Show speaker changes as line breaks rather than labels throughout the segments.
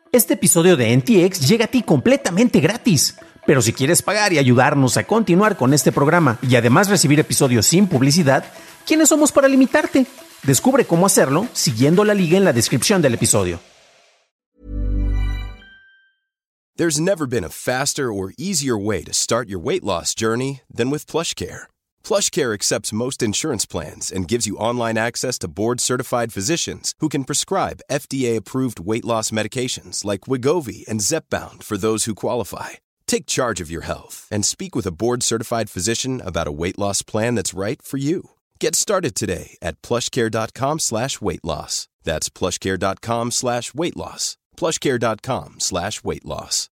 Este episodio de NTX llega a ti completamente gratis. Pero si quieres pagar y ayudarnos a continuar con este programa y además recibir episodios sin publicidad, ¿quiénes somos para limitarte? Descubre cómo hacerlo siguiendo la liga en la descripción del episodio.
There's never been a faster or easier way to start your weight loss journey than with PlushCare. PlushCare accepts most insurance plans and gives you online access to board-certified physicians who can prescribe FDA-approved weight loss medications like Wegovy and Zepbound for those who qualify. Take charge of your health and speak with a board-certified physician about a weight loss plan that's right for you. Get started today at plushcare.com/weight loss. That's plushcare.com/weight loss. plushcare.com/weight loss.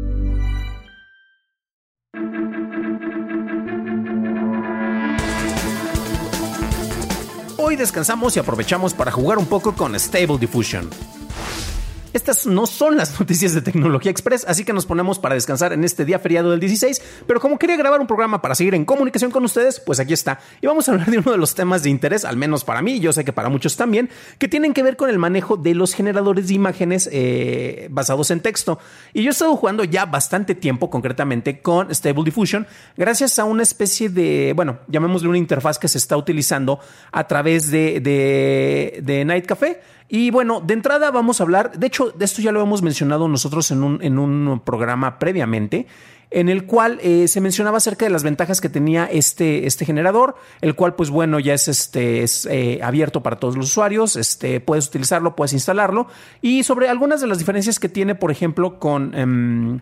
Hoy descansamos y aprovechamos para jugar un poco con Stable Diffusion. Estas no son las noticias de Tecnología Express, así que nos ponemos para descansar en este día feriado del 16, pero como quería grabar un programa para seguir en comunicación con ustedes, pues aquí está. Y vamos a hablar de uno de los temas de interés, al menos para mí, y yo sé que para muchos también, que tienen que ver con el manejo de los generadores de imágenes basados en texto. Y yo he estado jugando ya bastante tiempo, concretamente, con Stable Diffusion, gracias a una especie de, bueno, llamémosle una interfaz que se está utilizando a través de Night Café. Y bueno, de entrada vamos a hablar, de hecho, de esto ya lo hemos mencionado nosotros en un programa previamente, en el cual se mencionaba acerca de las ventajas que tenía este generador, el cual, pues bueno, ya es abierto para todos los usuarios, puedes utilizarlo, puedes instalarlo, y sobre algunas de las diferencias que tiene, por ejemplo, con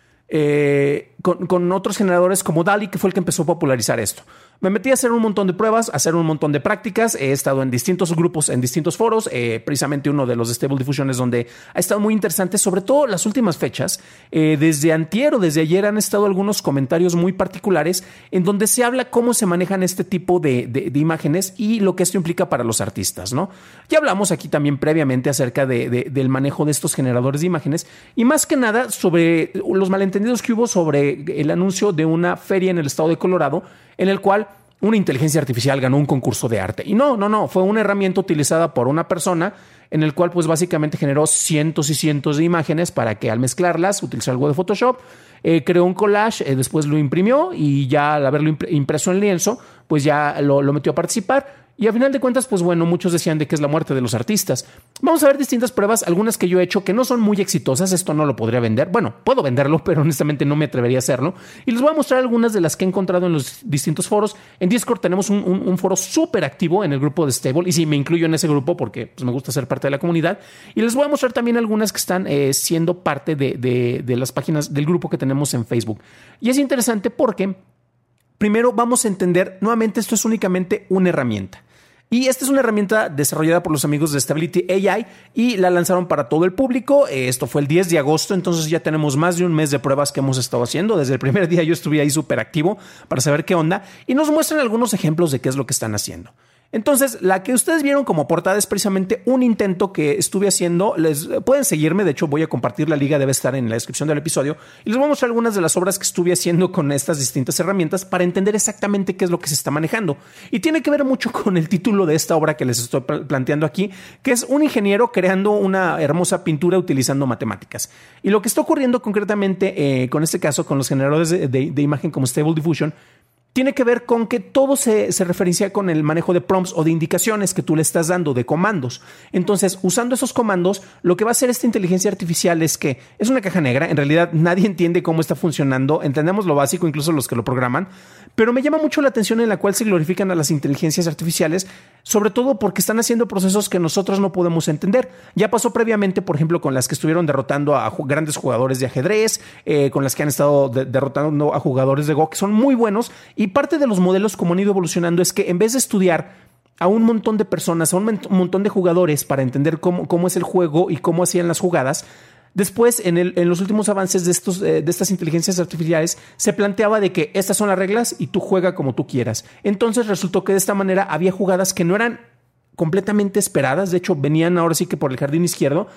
otros generadores como DALL-E, que fue el que empezó a popularizar esto. Me metí a hacer un montón de pruebas, a hacer un montón de prácticas. He estado en distintos grupos, en distintos foros. Precisamente uno de los de Stable Diffusion es donde ha estado muy interesante, sobre todo las últimas fechas. Desde antier o desde ayer han estado algunos comentarios muy particulares en donde se habla cómo se manejan este tipo de imágenes y lo que esto implica para los artistas, ¿no? Ya hablamos aquí también previamente acerca del manejo de estos generadores de imágenes y más que nada sobre los malentendidos que hubo sobre el anuncio de una feria en el estado de Colorado en el cual una inteligencia artificial ganó un concurso de arte. Y no, fue una herramienta utilizada por una persona en el cual pues básicamente generó cientos y cientos de imágenes para que al mezclarlas, utilizó algo de Photoshop, creó un collage, después lo imprimió y ya al haberlo impreso en lienzo, pues ya lo metió a participar. Y a final de cuentas, pues bueno, muchos decían de que es la muerte de los artistas. Vamos a ver distintas pruebas, algunas que yo he hecho que no son muy exitosas. Esto no lo podría vender. Bueno, puedo venderlo, pero honestamente no me atrevería a hacerlo. Y les voy a mostrar algunas de las que he encontrado en los distintos foros. En Discord tenemos un foro súper activo en el grupo de Stable. Y sí, me incluyo en ese grupo porque pues, me gusta ser parte de la comunidad. Y les voy a mostrar también algunas que están siendo parte de las páginas del grupo que tenemos en Facebook. Y es interesante porque primero vamos a entender, nuevamente esto es únicamente una herramienta. Y esta es una herramienta desarrollada por los amigos de Stability AI y la lanzaron para todo el público. Esto fue el 10 de agosto, entonces ya tenemos más de un mes de pruebas que hemos estado haciendo. Desde el primer día yo estuve ahí súper activo para saber qué onda y nos muestran algunos ejemplos de qué es lo que están haciendo. Entonces, la que ustedes vieron como portada es precisamente un intento que estuve haciendo. Les pueden seguirme, de hecho voy a compartir la liga, debe estar en la descripción del episodio y les voy a mostrar algunas de las obras que estuve haciendo con estas distintas herramientas para entender exactamente qué es lo que se está manejando. Y tiene que ver mucho con el título de esta obra que les estoy planteando aquí, que es un ingeniero creando una hermosa pintura utilizando matemáticas. Y lo que está ocurriendo concretamente con este caso, con los generadores de imagen como Stable Diffusion, tiene que ver con que todo se referencia con el manejo de prompts o de indicaciones que tú le estás dando, de comandos. Entonces, usando esos comandos, lo que va a hacer esta inteligencia artificial es que es una caja negra. En realidad, nadie entiende cómo está funcionando. Entendemos lo básico, incluso los que lo programan. Pero me llama mucho la atención en la cual se glorifican a las inteligencias artificiales, sobre todo porque están haciendo procesos que nosotros no podemos entender. Ya pasó previamente, por ejemplo, con las que estuvieron derrotando a grandes jugadores de ajedrez, con las que han estado derrotando a jugadores de Go, que son muy buenos. Y parte de los modelos como han ido evolucionando es que en vez de estudiar a un montón de personas, a un montón de jugadores para entender cómo es el juego y cómo hacían las jugadas, después en los últimos avances de estas inteligencias artificiales se planteaba de que estas son las reglas y tú juega como tú quieras. Entonces resultó que de esta manera había jugadas que no eran completamente esperadas, de hecho venían ahora sí que por el jardín izquierdo,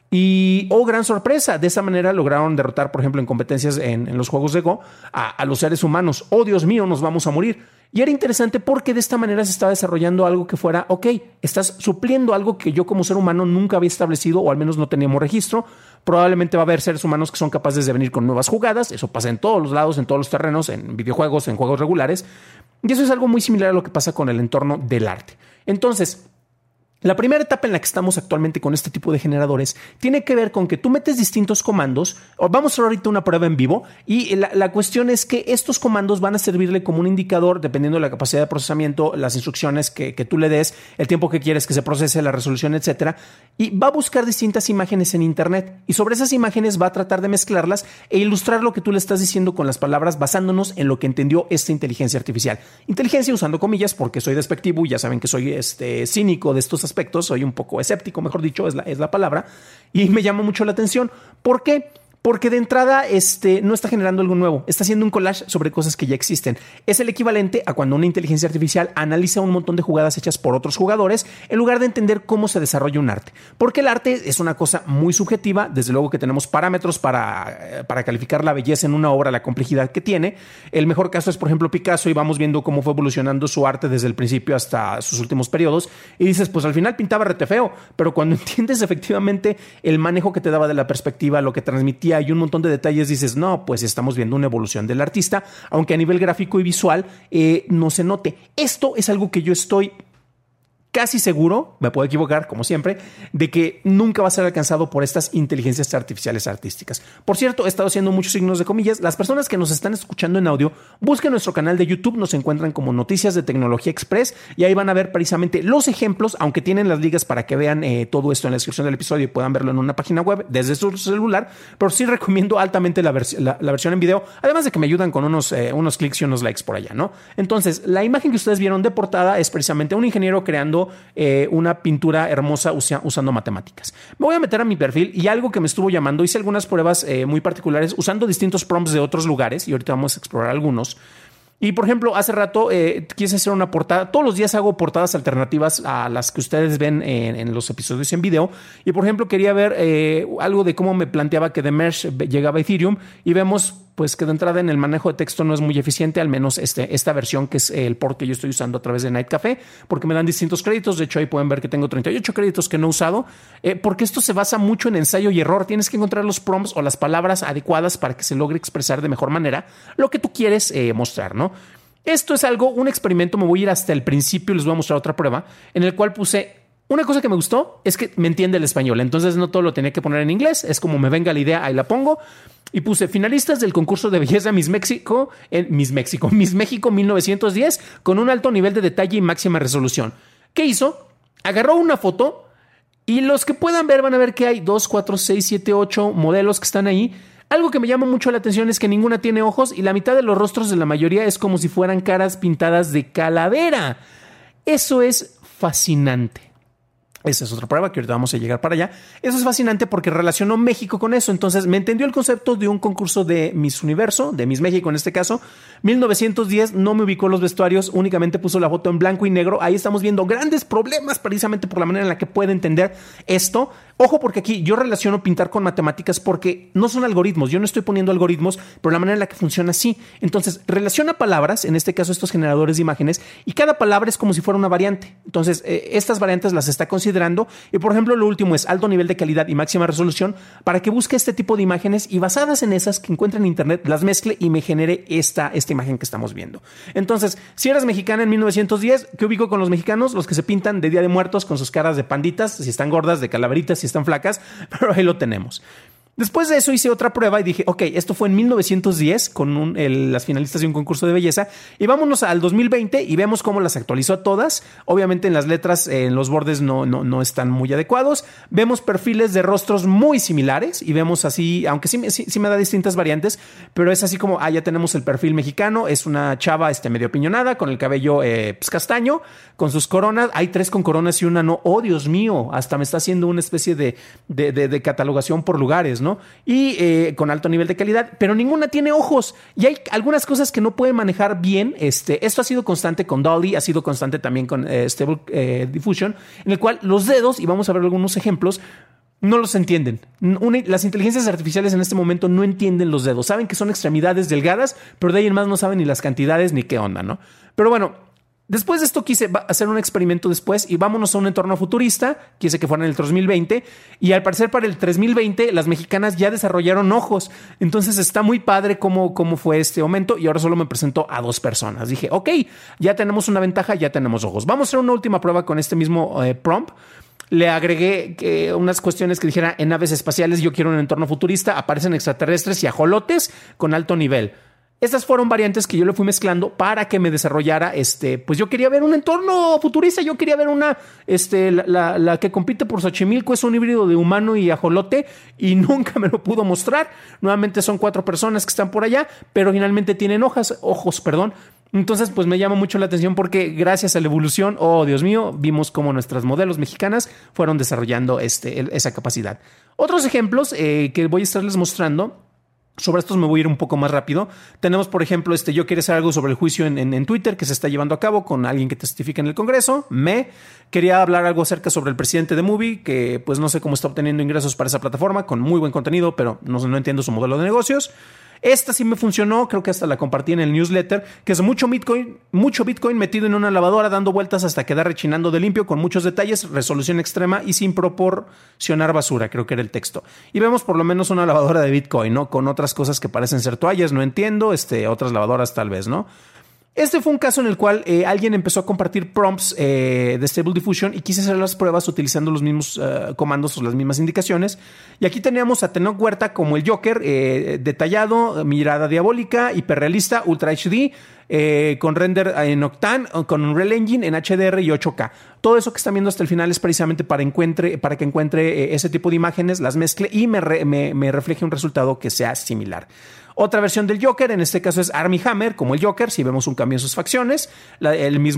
Y, oh, gran sorpresa, de esa manera lograron derrotar, por ejemplo, en competencias en los juegos de Go, a los seres humanos. Oh, Dios mío, nos vamos a morir. Y era interesante porque de esta manera se estaba desarrollando algo que fuera, ok, estás supliendo algo que yo como ser humano nunca había establecido, o al menos no teníamos registro. Probablemente va a haber seres humanos que son capaces de venir con nuevas jugadas. Eso pasa en todos los lados, en todos los terrenos, en videojuegos, en juegos regulares. Y eso es algo muy similar a lo que pasa con el entorno del arte. Entonces, la primera etapa en la que estamos actualmente con este tipo de generadores tiene que ver con que tú metes distintos comandos. Vamos a hacer ahorita una prueba en vivo y la cuestión es que estos comandos van a servirle como un indicador dependiendo de la capacidad de procesamiento, las instrucciones que tú le des, el tiempo que quieres que se procese, la resolución, etcétera. Y va a buscar distintas imágenes en internet y sobre esas imágenes va a tratar de mezclarlas e ilustrar lo que tú le estás diciendo con las palabras basándonos en lo que entendió esta inteligencia artificial. Inteligencia usando comillas porque soy despectivo y ya saben que soy cínico de estos aspectos, soy un poco escéptico, mejor dicho, es la palabra, y me llama mucho la atención. ¿Por qué? Porque de entrada no está generando algo nuevo, está haciendo un collage sobre cosas que ya existen. Es el equivalente a cuando una inteligencia artificial analiza un montón de jugadas hechas por otros jugadores en lugar de entender cómo se desarrolla un arte. Porque el arte es una cosa muy subjetiva, desde luego que tenemos parámetros para calificar la belleza en una obra, la complejidad que tiene. El mejor caso es, por ejemplo, Picasso, y vamos viendo cómo fue evolucionando su arte desde el principio hasta sus últimos periodos. Y dices, pues al final pintaba rete feo, pero cuando entiendes efectivamente el manejo que te daba de la perspectiva, lo que transmitía y un montón de detalles, dices, no, pues estamos viendo una evolución del artista, aunque a nivel gráfico y visual no se note. Esto es algo que yo estoy casi seguro, me puedo equivocar como siempre, de que nunca va a ser alcanzado por estas inteligencias artificiales artísticas. Por cierto, he estado haciendo muchos signos de comillas. Las personas que nos están escuchando en audio, busquen nuestro canal de YouTube, nos encuentran como Noticias de Tecnología Express y ahí van a ver precisamente los ejemplos, aunque tienen las ligas para que vean todo esto en la descripción del episodio y puedan verlo en una página web desde su celular, pero sí recomiendo altamente la versión en video, además de que me ayudan con unos clics y unos likes por allá, ¿no? Entonces, la imagen que ustedes vieron de portada es precisamente un ingeniero creando una pintura hermosa usando matemáticas. Me voy a meter a mi perfil y algo que me estuvo llamando, hice algunas pruebas muy particulares usando distintos prompts de otros lugares y ahorita vamos a explorar algunos. Y por ejemplo, hace rato quise hacer una portada. Todos los días hago portadas alternativas a las que ustedes ven en los episodios en video. Y por ejemplo, quería ver algo de cómo me planteaba que de Mesh llegaba a Ethereum. Y vemos pues que de entrada en el manejo de texto no es muy eficiente, al menos esta versión que es el port que yo estoy usando a través de Night Café, porque me dan distintos créditos. De hecho, ahí pueden ver que tengo 38 créditos que no he usado, porque esto se basa mucho en ensayo y error. Tienes que encontrar los prompts o las palabras adecuadas para que se logre expresar de mejor manera lo que tú quieres mostrar, ¿no? Esto es un experimento. Me voy a ir hasta el principio y les voy a mostrar otra prueba en el cual puse una cosa que me gustó es que me entiende el español, entonces no todo lo tenía que poner en inglés, es como me venga la idea, ahí la pongo. Y puse finalistas del concurso de belleza Miss México 1910 con un alto nivel de detalle y máxima resolución. ¿Qué hizo? Agarró una foto y los que puedan ver van a ver que hay 2, 4, 6, 7, 8 modelos que están ahí. Algo que me llama mucho la atención es que ninguna tiene ojos y la mitad de los rostros de la mayoría es como si fueran caras pintadas de calavera. Eso es fascinante. Esa es otra prueba que ahorita vamos a llegar para allá. Eso es fascinante porque relacionó México con eso. Entonces me entendió el concepto de un concurso de Miss Universo, de Miss México en este caso. 1910, no me ubicó los vestuarios, únicamente puso la foto en blanco y negro. Ahí estamos viendo grandes problemas precisamente por la manera en la que puede entender esto. Ojo, porque aquí yo relaciono pintar con matemáticas porque no son algoritmos. Yo no estoy poniendo algoritmos, pero la manera en la que funciona sí. Entonces relaciona palabras, en este caso estos generadores de imágenes, y cada palabra es como si fuera una variante. Entonces estas variantes las está considerando. Y por ejemplo, lo último es alto nivel de calidad y máxima resolución para que busque este tipo de imágenes y basadas en esas que encuentre en internet, las mezcle y me genere esta imagen que estamos viendo. Entonces, si eres mexicana en 1910, ¿qué ubico con los mexicanos? Los que se pintan de Día de Muertos con sus caras de panditas, si están gordas, de calaveritas, si están flacas, pero ahí lo tenemos. Después de eso hice otra prueba y dije, ok, esto fue en 1910 con las finalistas de un concurso de belleza y vámonos al 2020 y vemos cómo las actualizó todas. Obviamente en las letras, en los bordes no están muy adecuados. Vemos perfiles de rostros muy similares y vemos así, aunque sí me da distintas variantes, pero es así como, ya tenemos el perfil mexicano. Es una chava medio piñonada con el cabello pues, castaño, con sus coronas. Hay 3 con coronas y una no. Oh, Dios mío, hasta me está haciendo una especie de catalogación por lugares, ¿no? Y con alto nivel de calidad, pero ninguna tiene ojos y hay algunas cosas que no pueden manejar bien. Esto ha sido constante con DALL-E, ha sido constante también con Stable Diffusion, en el cual los dedos, y vamos a ver algunos ejemplos, no los entienden. Las inteligencias artificiales en este momento no entienden los dedos. Saben que son extremidades delgadas, pero de ahí en más no saben ni las cantidades ni qué onda, ¿no? Pero bueno, después de esto quise hacer un experimento después y vámonos a un entorno futurista. Quise que fuera en el 3020 y al parecer para el 3020 las mexicanas ya desarrollaron ojos. Entonces está muy padre cómo fue este aumento y ahora solo me presentó a 2 personas. Dije, ok, ya tenemos una ventaja, ya tenemos ojos. Vamos a hacer una última prueba con este mismo prompt. Le agregué unas cuestiones que dijera en naves espaciales, yo quiero un entorno futurista, aparecen extraterrestres y ajolotes con alto nivel. Estas fueron variantes que yo le fui mezclando para que me desarrollara, pues yo quería ver un entorno futurista, yo quería ver la que compite por Xochimilco es un híbrido de humano y ajolote y nunca me lo pudo mostrar. Nuevamente son 4 personas que están por allá, pero finalmente tienen ojos. Entonces, pues me llama mucho la atención porque gracias a la evolución, oh Dios mío, vimos cómo nuestras modelos mexicanas fueron desarrollando esa capacidad. Otros ejemplos que voy a estarles mostrando. Sobre estos me voy a ir un poco más rápido. Tenemos, por ejemplo, yo quería hacer algo sobre el juicio en Twitter que se está llevando a cabo con alguien que testifica en el Congreso. Quería hablar algo acerca sobre el presidente de Movie, que pues no sé cómo está obteniendo ingresos para esa plataforma, con muy buen contenido, pero no entiendo su modelo de negocios. Esta sí me funcionó, creo que hasta la compartí en el newsletter, que es mucho Bitcoin metido en una lavadora dando vueltas hasta quedar rechinando de limpio, con muchos detalles, resolución extrema y sin proporcionar basura, creo que era el texto. Y vemos por lo menos una lavadora de Bitcoin, ¿no? Con otras cosas que parecen ser toallas, no entiendo, otras lavadoras tal vez, ¿no? Este fue un caso en el cual alguien empezó a compartir prompts de Stable Diffusion y quise hacer las pruebas utilizando los mismos comandos o las mismas indicaciones. Y aquí teníamos a Tenoch Huerta como el Joker, detallado, mirada diabólica, hiperrealista, Ultra HD, con render en Octane, con Unreal Engine en HDR y 8K. Todo eso que están viendo hasta el final es precisamente para que encuentre ese tipo de imágenes, las mezcle y me refleje un resultado que sea similar. Otra versión del Joker, en este caso es Armie Hammer, como el Joker, si vemos un cambio en sus facciones, la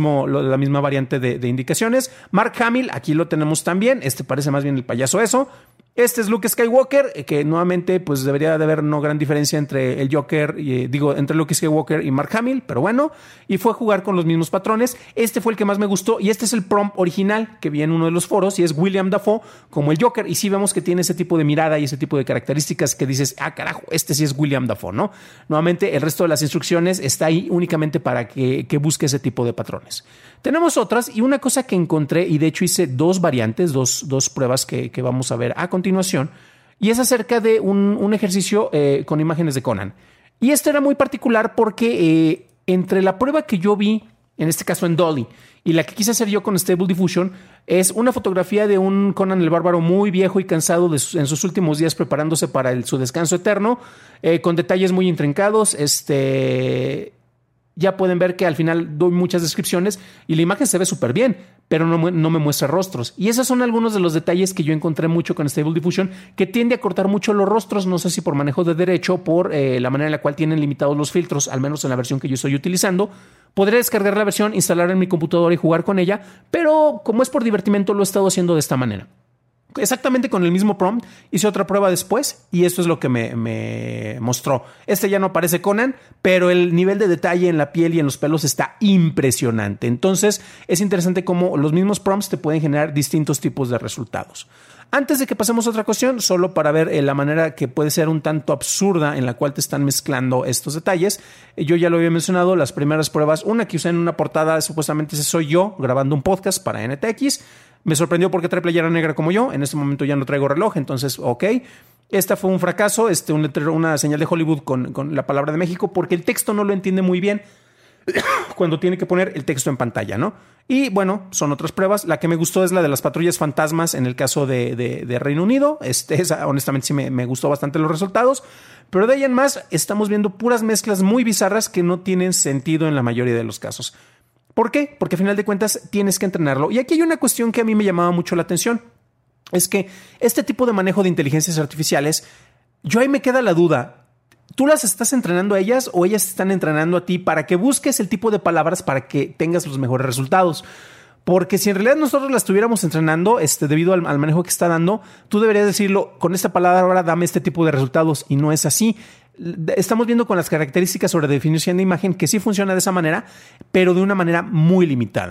misma variante de indicaciones. Mark Hamill, aquí lo tenemos también, parece más bien el payaso eso. Este es Luke Skywalker, que nuevamente pues debería de haber no gran diferencia entre el Joker, entre Luke Skywalker y Mark Hamill, pero bueno, y fue a jugar con los mismos patrones. Este fue el que más me gustó y este es el prompt original que vi en uno de los foros y es William Dafoe como el Joker y sí vemos que tiene ese tipo de mirada y ese tipo de características que dices, carajo, este sí es William Dafoe, ¿no? Nuevamente el resto de las instrucciones está ahí únicamente para que busque ese tipo de patrones. Tenemos otras y una cosa que encontré y de hecho hice 2 variantes, dos pruebas que vamos a ver a continuación y es acerca de un ejercicio con imágenes de Conan. Y este era muy particular porque entre la prueba que yo vi, en este caso en Dolly, y la que quise hacer yo con Stable Diffusion, es una fotografía de un Conan el Bárbaro muy viejo y cansado en sus últimos días preparándose para su descanso eterno, con detalles muy intrincados, ya pueden ver que al final doy muchas descripciones y la imagen se ve súper bien, pero no me muestra rostros. Y esos son algunos de los detalles que yo encontré mucho con Stable Diffusion, que tiende a cortar mucho los rostros, no sé si por manejo de derecho, por la manera en la cual tienen limitados los filtros, al menos en la versión que yo estoy utilizando. Podré descargar la versión, instalarla en mi computadora y jugar con ella, pero como es por divertimento lo he estado haciendo de esta manera. Exactamente con el mismo prompt hice otra prueba después y esto es lo que me mostró. Ya no aparece Conan, pero el nivel de detalle en la piel y en los pelos está impresionante. Entonces es interesante cómo los mismos prompts te pueden generar distintos tipos de resultados. Antes de que pasemos a otra cuestión, solo para ver la manera que puede ser un tanto absurda en la cual te están mezclando estos detalles. Yo ya lo había mencionado, las primeras pruebas, una que usé en una portada, supuestamente ese soy yo grabando un podcast para NTX. Me sorprendió porque trae playera negra como yo. En este momento ya no traigo reloj, entonces, ok. Esta fue un fracaso, una señal de Hollywood con la palabra de México, porque el texto no lo entiende muy bien cuando tiene que poner el texto en pantalla, ¿no? Y bueno, son otras pruebas. La que me gustó es la de las patrullas fantasmas en el caso de Reino Unido. Esa, honestamente, sí me gustó bastante los resultados. Pero de ahí en más, estamos viendo puras mezclas muy bizarras que no tienen sentido en la mayoría de los casos. ¿Por qué? Porque a final de cuentas tienes que entrenarlo. Y aquí hay una cuestión que a mí me llamaba mucho la atención. Es que este tipo de manejo de inteligencias artificiales, yo ahí me queda la duda. ¿Tú las estás entrenando a ellas o ellas están entrenando a ti para que busques el tipo de palabras para que tengas los mejores resultados? Porque si en realidad nosotros la estuviéramos entrenando debido al manejo que está dando, tú deberías decirlo, con esta palabra dame este tipo de resultados, y no es así. Estamos viendo con las características sobre definición de imagen que sí funciona de esa manera, pero de una manera muy limitada.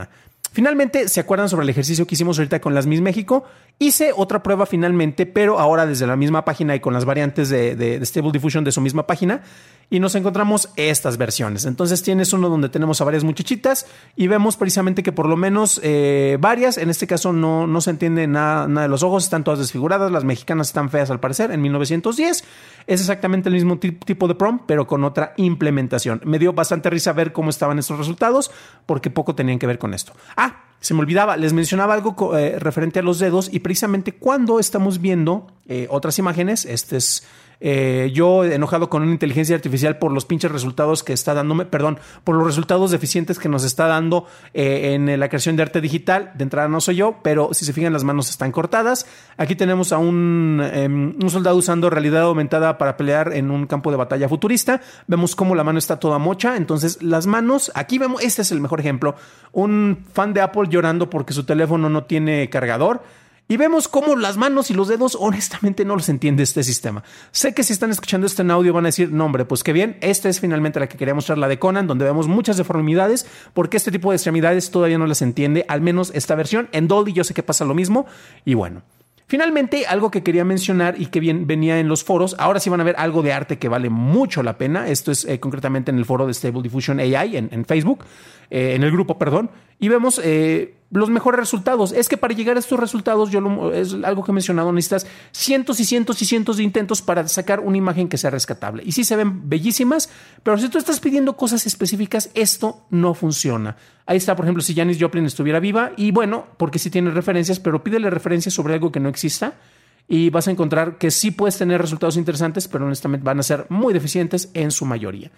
Finalmente, ¿se acuerdan sobre el ejercicio que hicimos ahorita con las Miss México? Hice otra prueba finalmente, pero ahora desde la misma página y con las variantes de Stable Diffusion de su misma página, y nos encontramos estas versiones. Entonces tienes uno donde tenemos a varias muchachitas y vemos precisamente que por lo menos varias, en este caso no se entiende nada de los ojos, están todas desfiguradas, las mexicanas están feas al parecer, en 1910. Es exactamente el mismo tipo de prompt, pero con otra implementación. Me dio bastante risa ver cómo estaban estos resultados, porque poco tenían que ver con esto. Se me olvidaba, les mencionaba algo referente a los dedos, y precisamente cuando estamos viendo otras imágenes, yo enojado con una inteligencia artificial por los pinches resultados que está dándome, por los resultados deficientes que nos está dando en la creación de arte digital. De entrada no soy yo, pero si se fijan, las manos están cortadas. Aquí tenemos a un soldado usando realidad aumentada para pelear en un campo de batalla futurista. Vemos cómo la mano está toda mocha. Entonces las manos, aquí vemos, este es el mejor ejemplo, un fan de Apple llorando porque su teléfono no tiene cargador. Y vemos cómo las manos y los dedos, honestamente, no los entiende este sistema. Sé que si están escuchando esto en audio van a decir, no hombre, pues qué bien. Esta es finalmente la que quería mostrar, la de Conan, donde vemos muchas deformidades, porque este tipo de extremidades todavía no las entiende, al menos esta versión. En Dolly yo sé que pasa lo mismo. Y bueno, finalmente, algo que quería mencionar y que venía en los foros, ahora sí van a ver algo de arte que vale mucho la pena. Esto es concretamente en el foro de Stable Diffusion AI en Facebook, en el grupo, perdón, y vemos los mejores resultados. Es que para llegar a estos resultados, es algo que he mencionado, necesitas cientos y cientos y cientos de intentos para sacar una imagen que sea rescatable. Y sí se ven bellísimas, pero si tú estás pidiendo cosas específicas, esto no funciona. Ahí está, por ejemplo, si Janis Joplin estuviera viva, y bueno, porque sí tiene referencias, pero pídele referencias sobre algo que no exista y vas a encontrar que sí puedes tener resultados interesantes, pero honestamente van a ser muy deficientes en su mayoría.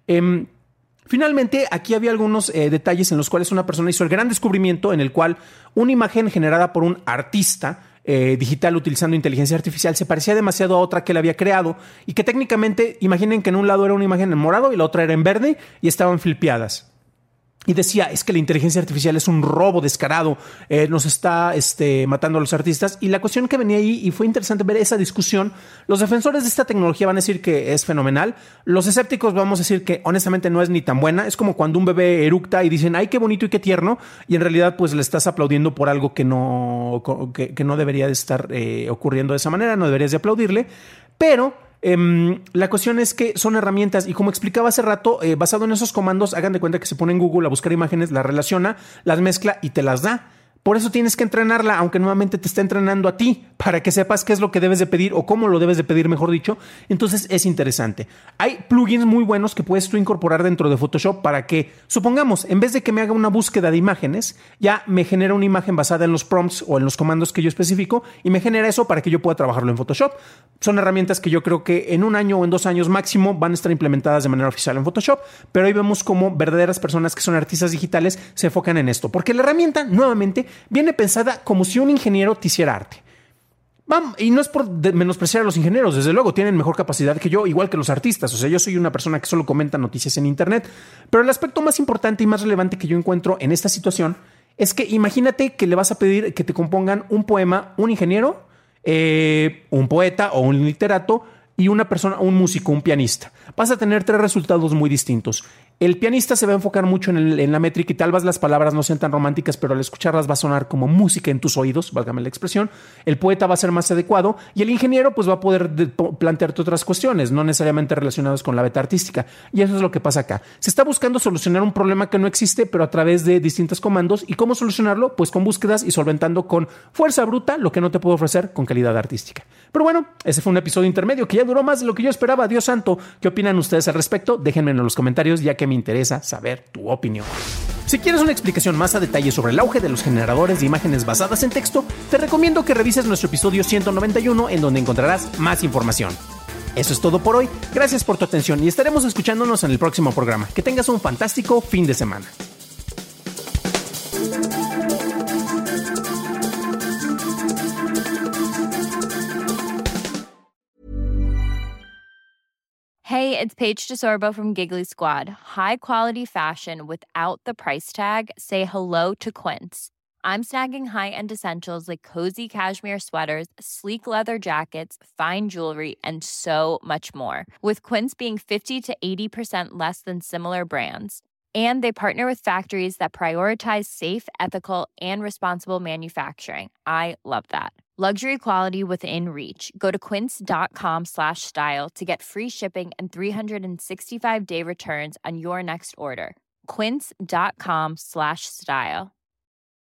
Finalmente, aquí había algunos detalles en los cuales una persona hizo el gran descubrimiento en el cual una imagen generada por un artista digital utilizando inteligencia artificial se parecía demasiado a otra que él había creado, y que técnicamente, imaginen que en un lado era una imagen en morado y la otra era en verde y estaban flipeadas. Y decía, es que la inteligencia artificial es un robo descarado, nos está matando a los artistas. Y la cuestión que venía ahí, y fue interesante ver esa discusión, los defensores de esta tecnología van a decir que es fenomenal. Los escépticos vamos a decir que honestamente no es ni tan buena. Es como cuando un bebé eructa y dicen, ay, qué bonito y qué tierno. Y en realidad pues le estás aplaudiendo por algo que no debería de estar ocurriendo de esa manera, no deberías de aplaudirle. Pero la cuestión es que son herramientas, y como explicaba hace rato, basado en esos comandos, hagan de cuenta que se pone en Google a buscar imágenes, las relaciona, las mezcla y te las da. Por eso tienes que entrenarla, aunque nuevamente te está entrenando a ti, para que sepas qué es lo que debes de pedir o cómo lo debes de pedir, mejor dicho. Entonces es interesante. Hay plugins muy buenos que puedes tú incorporar dentro de Photoshop para que, supongamos, en vez de que me haga una búsqueda de imágenes, ya me genera una imagen basada en los prompts o en los comandos que yo especifico, y me genera eso para que yo pueda trabajarlo en Photoshop. Son herramientas que yo creo que en 1 año o en 2 años máximo van a estar implementadas de manera oficial en Photoshop, pero ahí vemos cómo verdaderas personas que son artistas digitales se enfocan en esto, porque la herramienta, nuevamente, viene pensada como si un ingeniero te hiciera arte. Y no es por menospreciar a los ingenieros, desde luego tienen mejor capacidad que yo, igual que los artistas. O sea, yo soy una persona que solo comenta noticias en internet, pero el aspecto más importante y más relevante que yo encuentro en esta situación es que imagínate que le vas a pedir que te compongan un poema, un ingeniero, un poeta o un literato, y una persona, un músico, un pianista. Vas a tener 3 resultados muy distintos. El pianista se va a enfocar mucho en la métrica, y tal vez las palabras no sean tan románticas, pero al escucharlas va a sonar como música en tus oídos, válgame la expresión. El poeta va a ser más adecuado, y el ingeniero pues va a poder plantearte otras cuestiones, no necesariamente relacionadas con la beta artística. Y eso es lo que pasa acá. Se está buscando solucionar un problema que no existe, pero a través de distintos comandos. ¿Y cómo solucionarlo? Pues con búsquedas y solventando con fuerza bruta lo que no te puedo ofrecer con calidad artística. Pero bueno, ese fue un episodio intermedio que ya duró más de lo que yo esperaba. Dios santo, ¿qué opinan ustedes al respecto? Déjenme en los comentarios, ya que me interesa saber tu opinión. Si quieres una explicación más a detalle sobre el auge de los generadores de imágenes basadas en texto, te recomiendo que revises nuestro episodio 191, en donde encontrarás más información. Eso es todo por hoy. Gracias por tu atención y estaremos escuchándonos en el próximo programa. Que tengas un fantástico fin de semana.
Hey, it's Paige DeSorbo from Giggly Squad. High quality fashion without the price tag. Say hello to Quince. I'm snagging high-end essentials like cozy cashmere sweaters, sleek leather jackets, fine jewelry, and so much more. With Quince being 50 to 80% less than similar brands. And they partner with factories that prioritize safe, ethical, and responsible manufacturing. I love that. Luxury quality within reach. Go to quince.com/style to get free shipping and 365-day returns on your next order. Quince.com/style.